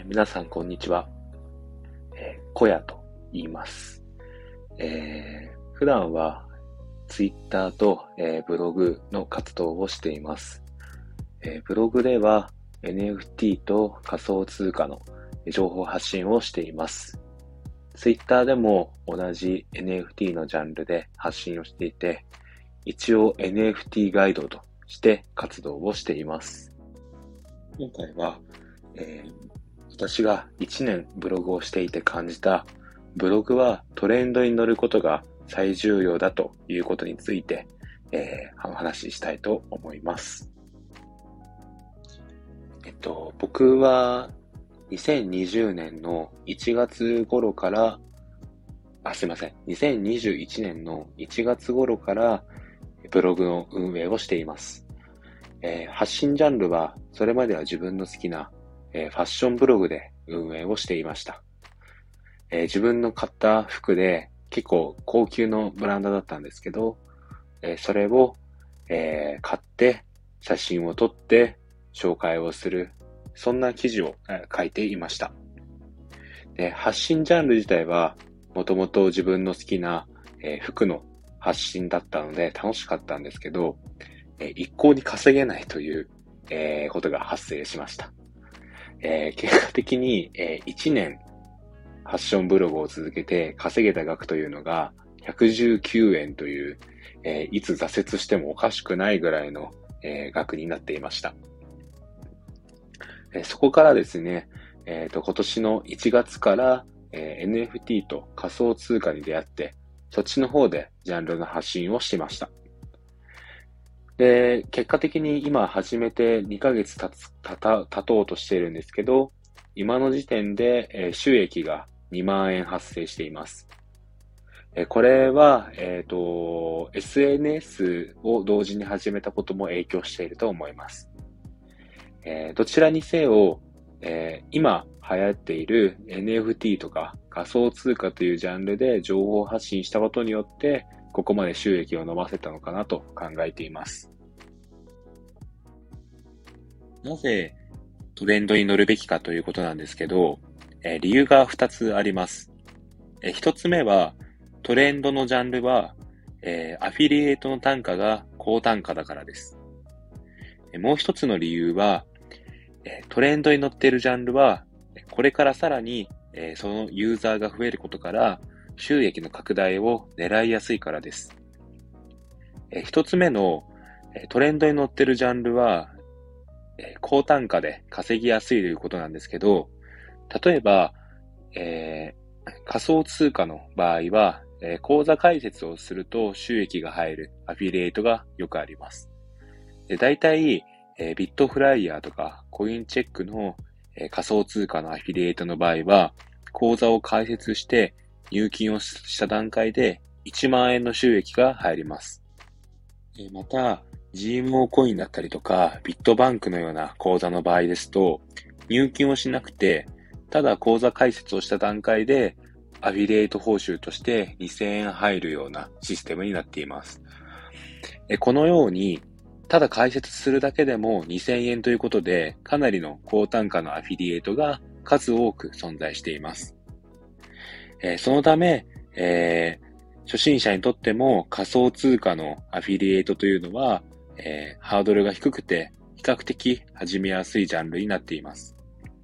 皆さんこんにちは。小屋と言います。普段はツイッターと、ブログの活動をしています。ブログでは NFT と仮想通貨の情報発信をしています。ツイッターでも同じ NFT のジャンルで発信をしていて、一応 NFT ガイドとして活動をしています。今回は、私が1年ブログをしていて感じた、ブログはトレンドに乗ることが最重要だということについて、お話ししたいと思います。僕は2020年の1月頃から、2021年の1月頃からブログの運営をしています。発信ジャンルはそれまでは自分の好きなファッションブログで運営をしていました。自分の買った服で結構高級のブランドだったんですけど、それを、買って写真を撮って紹介をする、そんな記事を書いていました。で、発信ジャンル自体はもともと自分の好きな、服の発信だったので楽しかったんですけど、一向に稼げないという、ことが発生しました。結果的に、1年ファッションブログを続けて稼げた額というのが119円という、いつ挫折してもおかしくないぐらいの、額になっていました。そこからですね、今年の1月から、NFT と仮想通貨に出会って、そっちの方でジャンルの発信をしました。で、結果的に今始めて2ヶ月経とうとしているんですけど、今の時点で、収益が2万円発生しています。これは、SNS を同時に始めたことも影響していると思います。どちらにせよ、今流行っている NFT とか仮想通貨というジャンルで情報発信したことによって、ここまで収益を伸ばせたのかなと考えています。なぜトレンドに乗るべきかということなんですけど、理由が2つあります。1つ目は、トレンドのジャンルは、アフィリエイトの単価が高単価だからです。もう1つの理由は、トレンドに乗っているジャンルは、これからさらに、そのユーザーが増えることから、収益の拡大を狙いやすいからです。1つ目のトレンドに乗っているジャンルは、高単価で稼ぎやすいということなんですけど、例えば、仮想通貨の場合は、口座開設をすると収益が入るアフィリエイトがよくあります。で、大体、ビットフライヤーとかコインチェックの、仮想通貨のアフィリエイトの場合は、口座を開設して入金をした段階で1万円の収益が入ります。また、GMO コインだったりとか、ビットバンクのような口座の場合ですと、入金をしなくて、ただ口座開設をした段階で、アフィリエイト報酬として2000円入るようなシステムになっています。このように、ただ開設するだけでも2000円ということで、かなりの高単価のアフィリエイトが数多く存在しています。そのため、初心者にとっても仮想通貨のアフィリエイトというのは、ハードルが低くて比較的始めやすいジャンルになっています。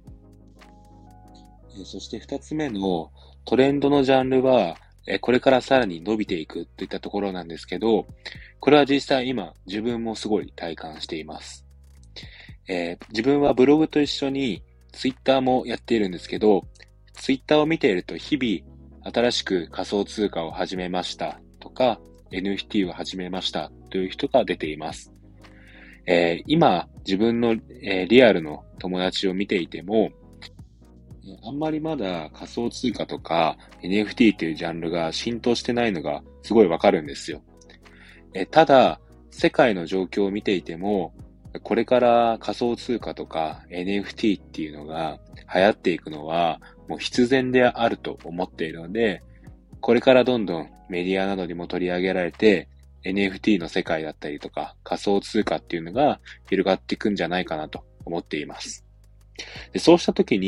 そして2つ目のトレンドのジャンルは、これからさらに伸びていくといったところなんですけど、これは実際今自分もすごい体感しています。自分はブログと一緒にツイッターもやっているんですけど、ツイッターを見ていると日々新しく仮想通貨を始めましたとか NFT を始めましたという人が出ています。今自分の、リアルの友達を見ていても、あんまりまだ仮想通貨とか NFT っていうジャンルが浸透してないのがすごいわかるんですよ。ただ、世界の状況を見ていても、これから仮想通貨とか NFT っていうのが流行っていくのはもう必然であると思っているので、これからどんどんメディアなどにも取り上げられて、NFT の世界だったりとか仮想通貨っていうのが広がっていくんじゃないかなと思っています。で、そうしたときに、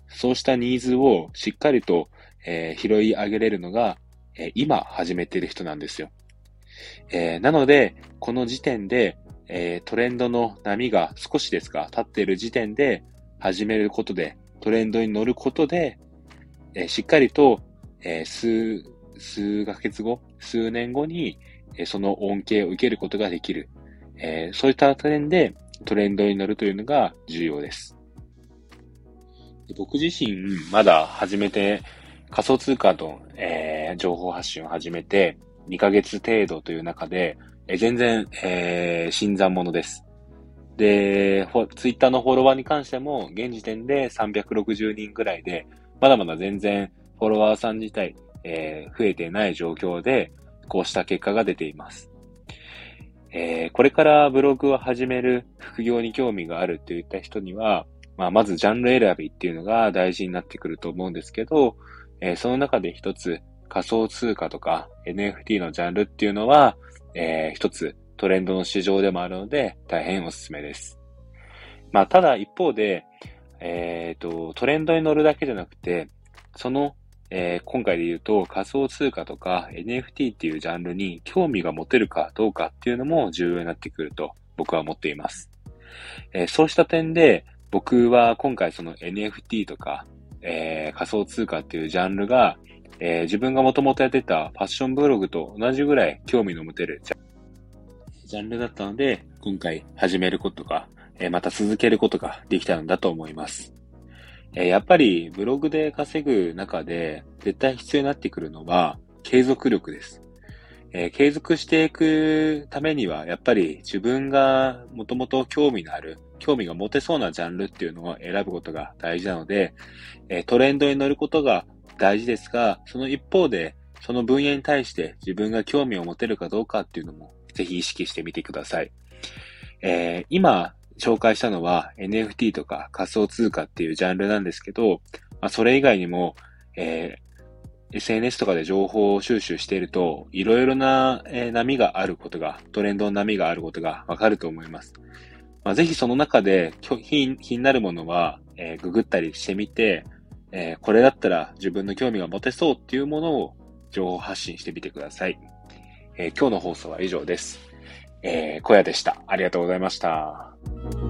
そうしたニーズをしっかりと、拾い上げれるのが、今始めている人なんですよ。なので、この時点で、トレンドの波が少しですが立っている時点で始めることで、トレンドに乗ることで、しっかりと、数ヶ月後、数年後に、その恩恵を受けることができる。そういった点でトレンドに乗るというのが重要です。僕自身、まだ始めて、仮想通貨の、情報発信を始めて、2ヶ月程度という中で、全然、新参者です。で、ツイッターのフォロワーに関しても、現時点で360人ぐらいで、まだまだ全然フォロワーさん自体、増えていない状況で、こうした結果が出ています。これからブログを始める副業に興味があるといった人には、まずジャンル選びっていうのが大事になってくると思うんですけど、その中で一つ仮想通貨とか NFT のジャンルっていうのは、一つトレンドの市場でもあるので大変おすすめです。ただ一方で、トレンドに乗るだけじゃなくて、その、今回で言うと仮想通貨とか NFT っていうジャンルに興味が持てるかどうかっていうのも重要になってくると僕は思っています。そうした点で僕は今回その NFT とか、仮想通貨っていうジャンルが、自分がもともとやってたファッションブログと同じぐらい興味の持てるジャンルだったので、今回始めることが、また続けることができたのだと思います。やっぱりブログで稼ぐ中で絶対必要になってくるのは継続力です。継続していくためにはやっぱり自分がもともと興味が持てそうなジャンルっていうのを選ぶことが大事なので、トレンドに乗ることが大事ですが、その一方でその分野に対して自分が興味を持てるかどうかっていうのもぜひ意識してみてください。今紹介したのは NFT とか仮想通貨っていうジャンルなんですけど、それ以外にも、SNS とかで情報収集していると、いろいろな、波があることが、トレンドの波があることがわかると思います。ぜひその中で気になるものは、ググったりしてみて、これだったら自分の興味が持てそうっていうものを情報発信してみてください。今日の放送は以上です。小屋でした。ありがとうございました。